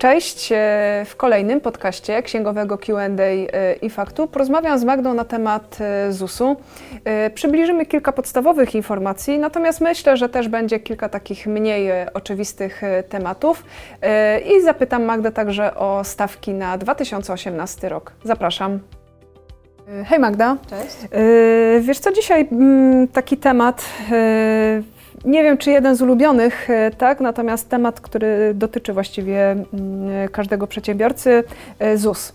Cześć, w kolejnym podcaście księgowego Q&A i Faktu porozmawiam z Magdą na temat ZUS-u. Przybliżymy kilka podstawowych informacji, natomiast myślę, że też będzie kilka takich mniej oczywistych tematów i zapytam Magdę także o stawki na 2018 rok. Zapraszam. Hej Magda. Cześć. Wiesz co, dzisiaj taki temat, nie wiem czy jeden z ulubionych, tak, natomiast temat, który dotyczy właściwie każdego przedsiębiorcy, ZUS.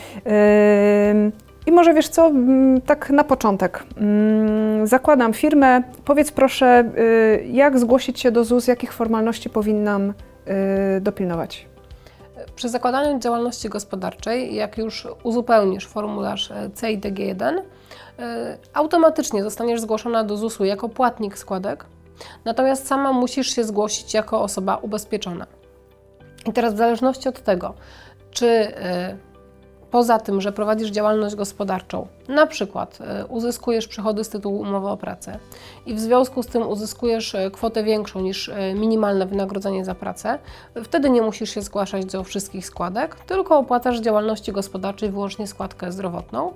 I może wiesz co, tak na początek, zakładam firmę, powiedz proszę, jak zgłosić się do ZUS, jakich formalności powinnam dopilnować? Przy zakładaniu działalności gospodarczej, jak już uzupełnisz formularz CIDG1, automatycznie zostaniesz zgłoszona do ZUS-u jako płatnik składek, natomiast sama musisz się zgłosić jako osoba ubezpieczona. I teraz w zależności od tego, czy poza tym, że prowadzisz działalność gospodarczą, na przykład uzyskujesz przychody z tytułu umowy o pracę i w związku z tym uzyskujesz kwotę większą niż minimalne wynagrodzenie za pracę, wtedy nie musisz się zgłaszać do wszystkich składek, tylko opłacasz w działalności gospodarczej wyłącznie składkę zdrowotną.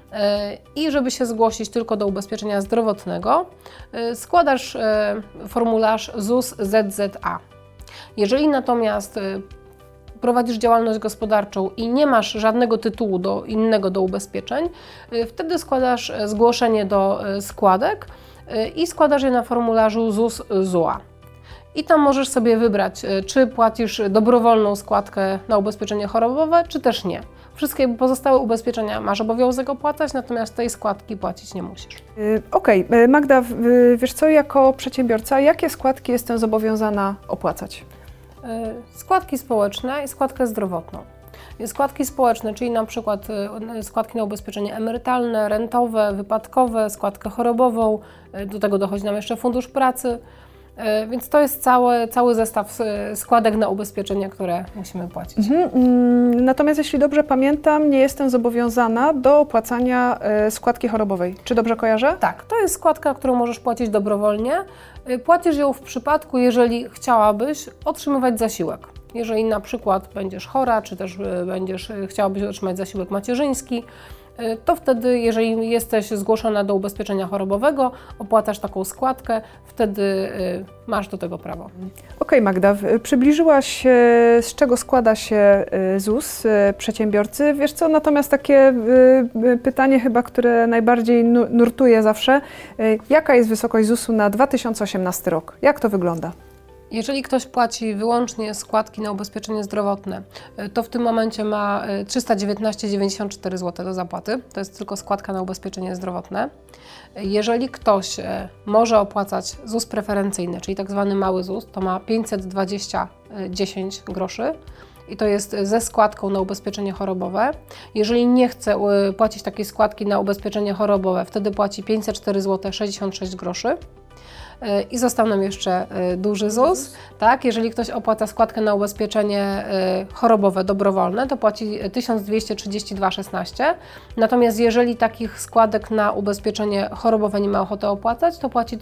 I żeby się zgłosić tylko do ubezpieczenia zdrowotnego, składasz formularz ZUS ZZA. Jeżeli natomiast prowadzisz działalność gospodarczą i nie masz żadnego tytułu innego do ubezpieczeń, wtedy składasz zgłoszenie do składek i składasz je na formularzu ZUS ZUA. I tam możesz sobie wybrać, czy płacisz dobrowolną składkę na ubezpieczenie chorobowe, czy też nie. Wszystkie pozostałe ubezpieczenia masz obowiązek opłacać, natomiast tej składki płacić nie musisz. Okej. Magda, wiesz co, jako przedsiębiorca, jakie składki jestem zobowiązana opłacać? Składki społeczne i składkę zdrowotną. Składki społeczne, czyli na przykład składki na ubezpieczenie emerytalne, rentowe, wypadkowe, składkę chorobową, do tego dochodzi nam jeszcze Fundusz Pracy, więc to jest cały zestaw składek na ubezpieczenie, które musimy płacić. Natomiast jeśli dobrze pamiętam, nie jestem zobowiązana do opłacania składki chorobowej. Czy dobrze kojarzę? Tak, to jest składka, którą możesz płacić dobrowolnie. Płacisz ją w przypadku, jeżeli chciałabyś otrzymywać zasiłek. Jeżeli na przykład będziesz chora, czy też chciałabyś otrzymać zasiłek macierzyński, to wtedy, jeżeli jesteś zgłoszona do ubezpieczenia chorobowego, opłacasz taką składkę, wtedy masz do tego prawo. Okej, Magda, przybliżyłaś, z czego składa się ZUS przedsiębiorcy. Wiesz co, natomiast takie pytanie chyba, które najbardziej nurtuje zawsze. Jaka jest wysokość ZUS-u na 2018 rok? Jak to wygląda? Jeżeli ktoś płaci wyłącznie składki na ubezpieczenie zdrowotne, to w tym momencie ma 319,94 zł do zapłaty. To jest tylko składka na ubezpieczenie zdrowotne. Jeżeli ktoś może opłacać ZUS preferencyjny, czyli tak zwany mały ZUS, to ma 520,10 groszy. I to jest ze składką na ubezpieczenie chorobowe. Jeżeli nie chce płacić takiej składki na ubezpieczenie chorobowe, wtedy płaci 504 zł 66 groszy. I został nam jeszcze duży ZUS. Tak, jeżeli ktoś opłaca składkę na ubezpieczenie chorobowe dobrowolne, to płaci 1232,16. Natomiast jeżeli takich składek na ubezpieczenie chorobowe nie ma ochoty opłacać, to płaci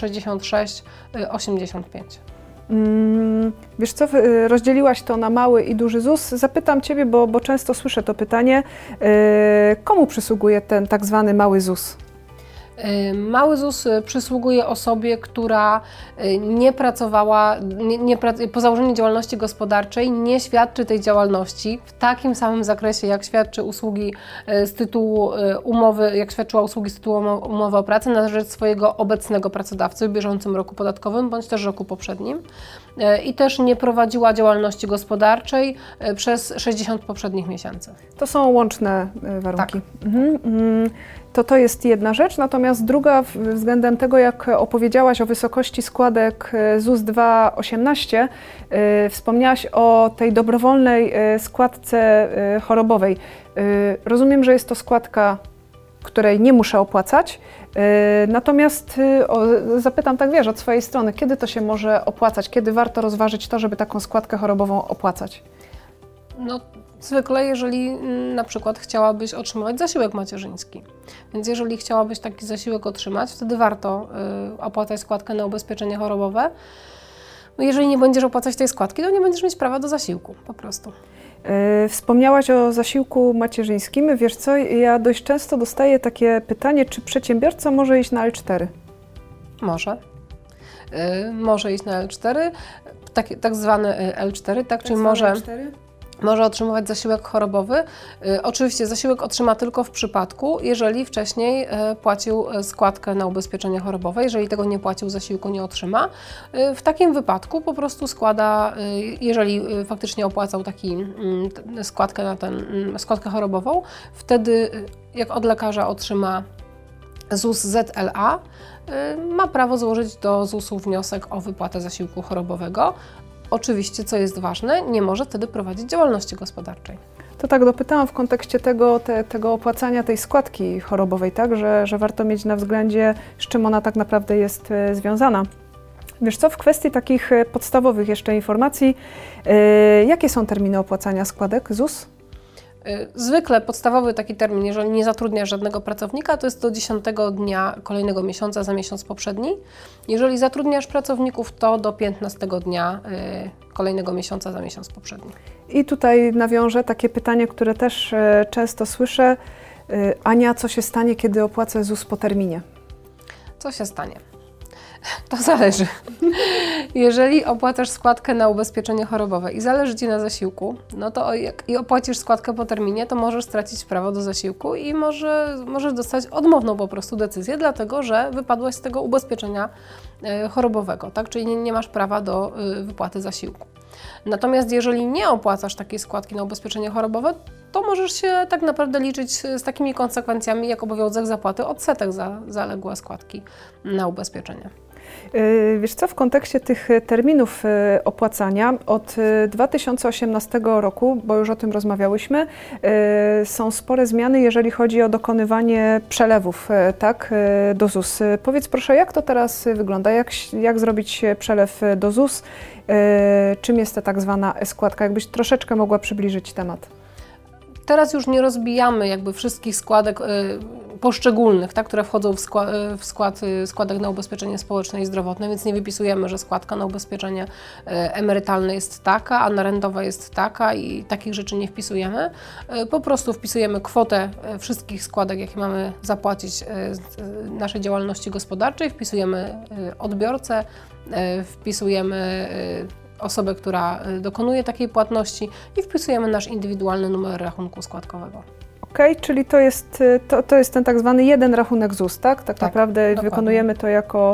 1166,85. Wiesz co, rozdzieliłaś to na mały i duży ZUS. Zapytam Ciebie, bo często słyszę to pytanie, komu przysługuje ten tak zwany mały ZUS? Mały ZUS przysługuje osobie, która nie pracowała, po założeniu działalności gospodarczej nie świadczy tej działalności w takim samym zakresie, jak świadczy usługi z tytułu umowy, jak świadczyła usługi z tytułu umowy o pracę na rzecz swojego obecnego pracodawcy w bieżącym roku podatkowym bądź też roku poprzednim i też nie prowadziła działalności gospodarczej przez 60 poprzednich miesięcy. To są łączne warunki. Tak. To jest jedna rzecz, natomiast druga względem tego, jak opowiedziałaś o wysokości składek ZUS 2.18, wspomniałaś o tej dobrowolnej składce chorobowej. Rozumiem, że jest to składka, której nie muszę opłacać, natomiast zapytam tak, wiesz, od swojej strony, kiedy to się może opłacać, kiedy warto rozważyć to, żeby taką składkę chorobową opłacać? No, zwykle, jeżeli na przykład chciałabyś otrzymywać zasiłek macierzyński. Więc jeżeli chciałabyś taki zasiłek otrzymać, wtedy warto opłacać składkę na ubezpieczenie chorobowe. No jeżeli nie będziesz opłacać tej składki, to nie będziesz mieć prawa do zasiłku, po prostu. Wspomniałaś o zasiłku macierzyńskim. Wiesz co, ja dość często dostaję takie pytanie, czy przedsiębiorca może iść na L4? Może. Może iść na L4, tak zwany L4, tak? Czyli może otrzymywać zasiłek chorobowy. Oczywiście zasiłek otrzyma tylko w przypadku, jeżeli wcześniej płacił składkę na ubezpieczenie chorobowe. Jeżeli tego nie płacił, zasiłku nie otrzyma. W takim wypadku po prostu składa, jeżeli faktycznie opłacał składkę na składkę chorobową, wtedy jak od lekarza otrzyma ZUS ZLA, ma prawo złożyć do ZUS-u wniosek o wypłatę zasiłku chorobowego. Oczywiście, co jest ważne, nie może wtedy prowadzić działalności gospodarczej. To tak dopytałam w kontekście tego opłacania tej składki chorobowej, tak, że warto mieć na względzie, z czym ona tak naprawdę jest związana. Wiesz co, w kwestii takich podstawowych jeszcze informacji, jakie są terminy opłacania składek ZUS? Zwykle podstawowy taki termin, jeżeli nie zatrudniasz żadnego pracownika, to jest do 10 dnia kolejnego miesiąca za miesiąc poprzedni. Jeżeli zatrudniasz pracowników, to do 15 dnia kolejnego miesiąca za miesiąc poprzedni. I tutaj nawiążę takie pytanie, które też często słyszę. Ania, co się stanie, kiedy opłacę ZUS po terminie? Co się stanie? To zależy. Jeżeli opłacasz składkę na ubezpieczenie chorobowe i zależy Ci na zasiłku, no to jak opłacisz składkę po terminie, to możesz stracić prawo do zasiłku i możesz dostać odmowną po prostu decyzję, dlatego że wypadłaś z tego ubezpieczenia chorobowego, tak? Czyli nie masz prawa do wypłaty zasiłku. Natomiast jeżeli nie opłacasz takiej składki na ubezpieczenie chorobowe, to możesz się tak naprawdę liczyć z takimi konsekwencjami jak obowiązek zapłaty odsetek za zaległe składki na ubezpieczenie. Wiesz co, w kontekście tych terminów opłacania od 2018 roku, bo już o tym rozmawiałyśmy, są spore zmiany, jeżeli chodzi o dokonywanie przelewów, tak, do ZUS. Powiedz proszę, jak to teraz wygląda? Jak zrobić przelew do ZUS? Czym jest ta tak zwana e-składka? Jakbyś troszeczkę mogła przybliżyć temat. Teraz już nie rozbijamy jakby wszystkich składek poszczególnych, tak, które wchodzą w skład składek na ubezpieczenie społeczne i zdrowotne, więc nie wypisujemy, że składka na ubezpieczenie emerytalne jest taka, a na rentowe jest taka i takich rzeczy nie wpisujemy. Po prostu wpisujemy kwotę wszystkich składek, jakie mamy zapłacić z naszej działalności gospodarczej, wpisujemy odbiorcę, wpisujemy osobę, która dokonuje takiej płatności i wpisujemy nasz indywidualny numer rachunku składkowego. Okej, czyli to jest ten tak zwany jeden rachunek ZUS, tak? Tak naprawdę dokładnie. Wykonujemy to jako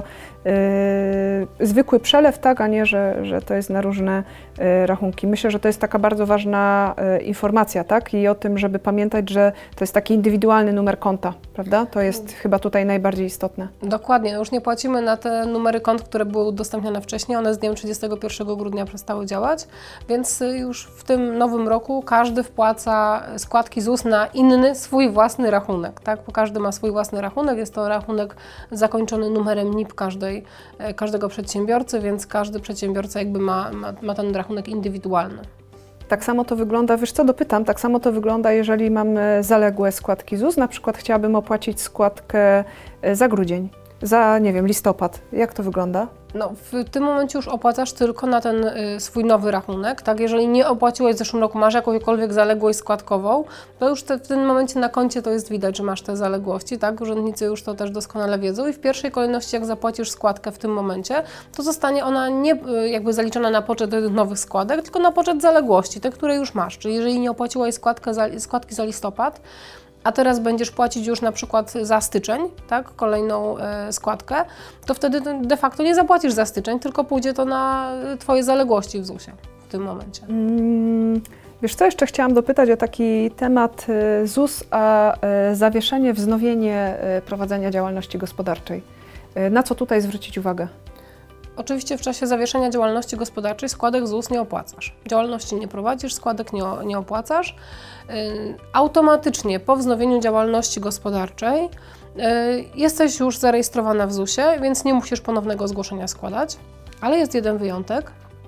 zwykły przelew, tak, a nie, że to jest na różne rachunki. Myślę, że to jest taka bardzo ważna informacja, tak? I o tym, żeby pamiętać, że to jest taki indywidualny numer konta, prawda? To jest chyba tutaj najbardziej istotne. Dokładnie, już nie płacimy na te numery kont, które były udostępnione wcześniej, one z dniem 31 grudnia przestały działać, więc już w tym nowym roku każdy wpłaca składki ZUS na inny, swój własny rachunek, tak? Bo każdy ma swój własny rachunek, jest to rachunek zakończony numerem NIP każdego przedsiębiorcy, więc każdy przedsiębiorca jakby ma ten rachunek indywidualny. Tak samo to wygląda, wiesz co, dopytam, tak samo to wygląda, jeżeli mamy zaległe składki ZUS, na przykład chciałabym opłacić składkę za grudzień, za, nie wiem, listopad. Jak to wygląda? No, w tym momencie już opłacasz tylko na ten swój nowy rachunek, tak? Jeżeli nie opłaciłeś w zeszłym roku, masz jakąkolwiek zaległość składkową, to już w tym momencie na koncie to jest widać, że masz te zaległości, tak? Urzędnicy już to też doskonale wiedzą i w pierwszej kolejności, jak zapłacisz składkę w tym momencie, to zostanie ona nie jakby zaliczona na poczet tych nowych składek, tylko na poczet zaległości, te, które już masz. Czyli jeżeli nie opłaciłaś składki za listopad, a teraz będziesz płacić już na przykład za styczeń, tak, kolejną składkę, to wtedy de facto nie zapłacisz za styczeń, tylko pójdzie to na Twoje zaległości w ZUS-ie w tym momencie. Wiesz co, jeszcze chciałam dopytać o taki temat ZUS, a zawieszenie, wznowienie prowadzenia działalności gospodarczej. Na co tutaj zwrócić uwagę? Oczywiście w czasie zawieszenia działalności gospodarczej składek ZUS nie opłacasz. Działalności nie prowadzisz, składek nie opłacasz. Automatycznie po wznowieniu działalności gospodarczej jesteś już zarejestrowana w ZUS-ie, więc nie musisz ponownego zgłoszenia składać. Ale jest jeden wyjątek.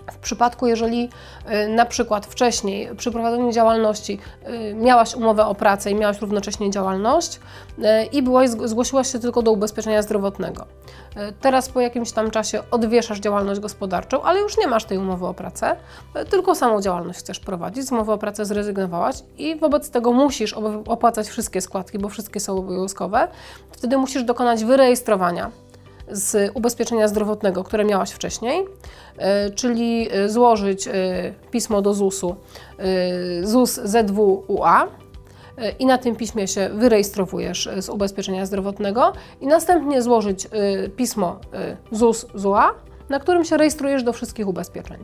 W przypadku, jeżeli na przykład wcześniej przy prowadzeniu działalności miałaś umowę o pracę i miałaś równocześnie działalność i zgłosiłaś się tylko do ubezpieczenia zdrowotnego. Teraz po jakimś tam czasie odwieszasz działalność gospodarczą, ale już nie masz tej umowy o pracę, tylko samą działalność chcesz prowadzić, z umowy o pracę zrezygnowałaś i wobec tego musisz opłacać wszystkie składki, bo wszystkie są obowiązkowe. Wtedy musisz dokonać wyrejestrowania z ubezpieczenia zdrowotnego, które miałaś wcześniej, czyli złożyć pismo do ZUS-u ZUS ZWUA i na tym piśmie się wyrejestrowujesz z ubezpieczenia zdrowotnego i następnie złożyć pismo ZUS ZUA, na którym się rejestrujesz do wszystkich ubezpieczeń.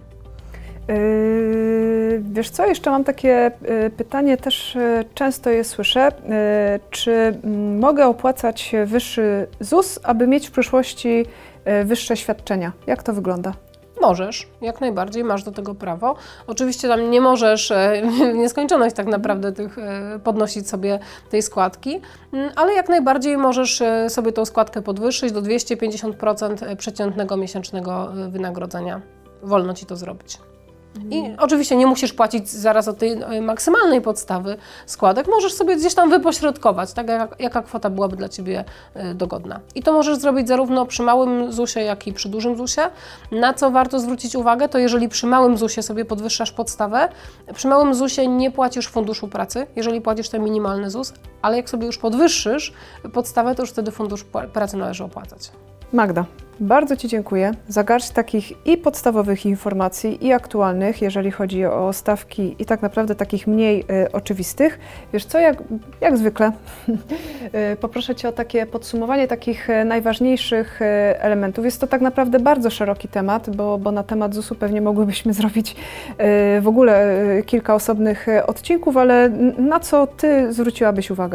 Wiesz co, jeszcze mam takie pytanie, też często je słyszę. Czy mogę opłacać wyższy ZUS, aby mieć w przyszłości wyższe świadczenia? Jak to wygląda? Możesz, jak najbardziej, masz do tego prawo. Oczywiście tam nie możesz w nieskończoność tak naprawdę podnosić sobie tej składki, ale jak najbardziej możesz sobie tą składkę podwyższyć do 250% przeciętnego miesięcznego wynagrodzenia. Wolno Ci to zrobić. I oczywiście nie musisz płacić zaraz od tej maksymalnej podstawy składek, możesz sobie gdzieś tam wypośrodkować, tak jaka kwota byłaby dla Ciebie dogodna. I to możesz zrobić zarówno przy małym ZUS-ie, jak i przy dużym ZUS-ie. Na co warto zwrócić uwagę, to jeżeli przy małym ZUS-ie sobie podwyższasz podstawę, przy małym ZUS-ie nie płacisz funduszu pracy, jeżeli płacisz ten minimalny ZUS, ale jak sobie już podwyższysz podstawę, to już wtedy fundusz pracy należy opłacać. Magda, bardzo Ci dziękuję za garść takich i podstawowych informacji, i aktualnych, jeżeli chodzi o stawki, i tak naprawdę takich mniej oczywistych. Wiesz co, jak zwykle poproszę Cię o takie podsumowanie takich najważniejszych elementów. Jest to tak naprawdę bardzo szeroki temat, bo na temat ZUS-u pewnie mogłybyśmy zrobić w ogóle kilka osobnych odcinków, ale na co Ty zwróciłabyś uwagę?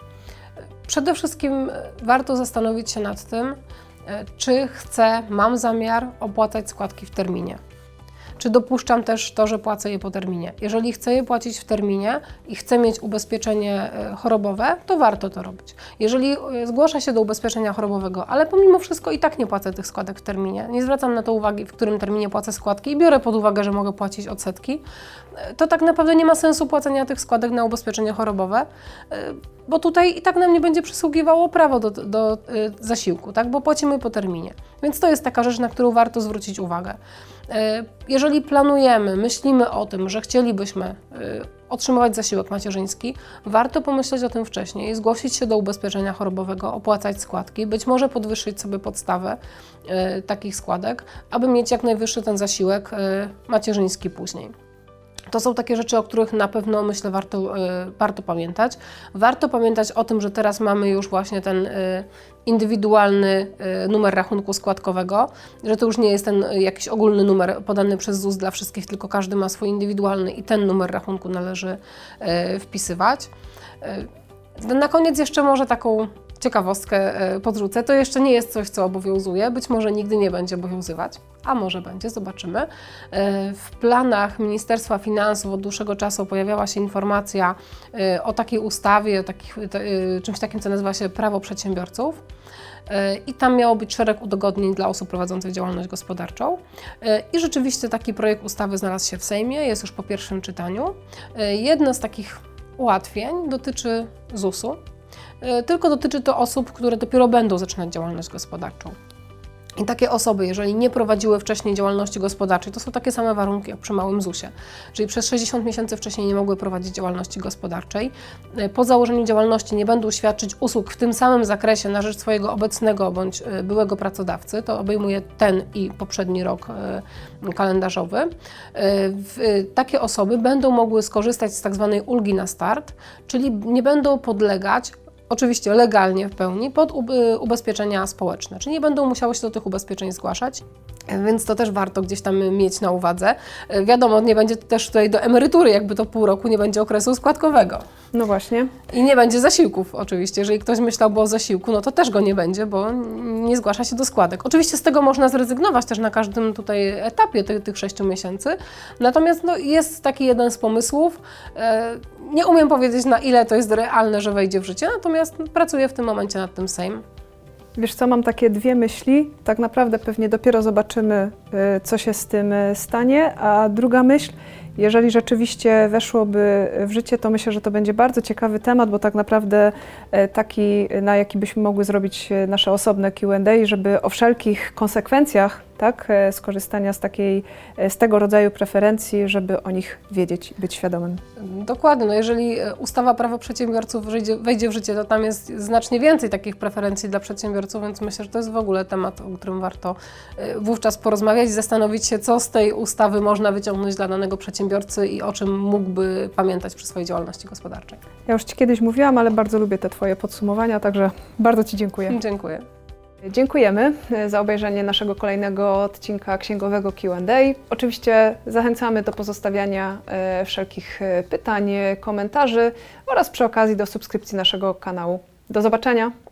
Przede wszystkim warto zastanowić się nad tym, czy mam zamiar opłacać składki w terminie. Czy dopuszczam też to, że płacę je po terminie. Jeżeli chcę je płacić w terminie i chcę mieć ubezpieczenie chorobowe, to warto to robić. Jeżeli zgłoszę się do ubezpieczenia chorobowego, ale pomimo wszystko i tak nie płacę tych składek w terminie, nie zwracam na to uwagi, w którym terminie płacę składki i biorę pod uwagę, że mogę płacić odsetki, to tak naprawdę nie ma sensu płacenia tych składek na ubezpieczenie chorobowe, bo tutaj i tak nam nie będzie przysługiwało prawo do zasiłku, tak? Bo płacimy po terminie. Więc to jest taka rzecz, na którą warto zwrócić uwagę. Jeżeli planujemy, myślimy o tym, że chcielibyśmy otrzymywać zasiłek macierzyński, warto pomyśleć o tym wcześniej, zgłosić się do ubezpieczenia chorobowego, opłacać składki, być może podwyższyć sobie podstawę takich składek, aby mieć jak najwyższy ten macierzyński później. To są takie rzeczy, o których na pewno, myślę, warto pamiętać. Warto pamiętać o tym, że teraz mamy już właśnie ten indywidualny numer rachunku składkowego, że to już nie jest ten jakiś ogólny numer podany przez ZUS dla wszystkich, tylko każdy ma swój indywidualny i ten numer rachunku należy wpisywać. Na koniec jeszcze może taką ciekawostkę podrzucę. To jeszcze nie jest coś, co obowiązuje. Być może nigdy nie będzie obowiązywać, a może będzie, zobaczymy. W planach Ministerstwa Finansów od dłuższego czasu pojawiała się informacja o takiej ustawie, czymś takim, co nazywa się Prawo Przedsiębiorców. I tam miało być szereg udogodnień dla osób prowadzących działalność gospodarczą. I rzeczywiście taki projekt ustawy znalazł się w Sejmie, jest już po pierwszym czytaniu. Jedno z takich ułatwień dotyczy ZUS-u. Tylko dotyczy to osób, które dopiero będą zaczynać działalność gospodarczą. I takie osoby, jeżeli nie prowadziły wcześniej działalności gospodarczej, to są takie same warunki jak przy małym ZUS-ie. Czyli przez 60 miesięcy wcześniej nie mogły prowadzić działalności gospodarczej. Po założeniu działalności nie będą świadczyć usług w tym samym zakresie na rzecz swojego obecnego bądź byłego pracodawcy. To obejmuje ten i poprzedni rok kalendarzowy. Takie osoby będą mogły skorzystać z tak zwanej ulgi na start, czyli nie będą podlegać oczywiście legalnie w pełni pod ubezpieczenia społeczne, czyli nie będą musiały się do tych ubezpieczeń zgłaszać, więc to też warto gdzieś tam mieć na uwadze. Wiadomo, nie będzie też tutaj do emerytury, jakby to pół roku nie będzie okresu składkowego. No właśnie. I nie będzie zasiłków oczywiście. Jeżeli ktoś myślałby o zasiłku, no to też go nie będzie, bo nie zgłasza się do składek. Oczywiście z tego można zrezygnować też na każdym tutaj etapie tych 6 miesięcy. Natomiast no, jest taki jeden z pomysłów. Nie umiem powiedzieć, na ile to jest realne, że wejdzie w życie, natomiast pracuję w tym momencie nad tym Sejm. Wiesz co, mam takie dwie myśli. Tak naprawdę pewnie dopiero zobaczymy, co się z tym stanie. A druga myśl, jeżeli rzeczywiście weszłoby w życie, to myślę, że to będzie bardzo ciekawy temat, bo tak naprawdę taki, na jaki byśmy mogły zrobić nasze osobne Q&A, żeby o wszelkich konsekwencjach, tak, skorzystania z tego rodzaju preferencji, żeby o nich wiedzieć i być świadomym. Dokładnie. No jeżeli ustawa Prawo Przedsiębiorców wejdzie w życie, to tam jest znacznie więcej takich preferencji dla przedsiębiorców, więc myślę, że to jest w ogóle temat, o którym warto wówczas porozmawiać, zastanowić się, co z tej ustawy można wyciągnąć dla danego przedsiębiorcy i o czym mógłby pamiętać przy swojej działalności gospodarczej. Ja już Ci kiedyś mówiłam, ale bardzo lubię te Twoje podsumowania, także bardzo Ci dziękuję. Dziękuję. Dziękujemy za obejrzenie naszego kolejnego odcinka księgowego Q&A. Oczywiście zachęcamy do pozostawiania wszelkich pytań, komentarzy oraz przy okazji do subskrypcji naszego kanału. Do zobaczenia!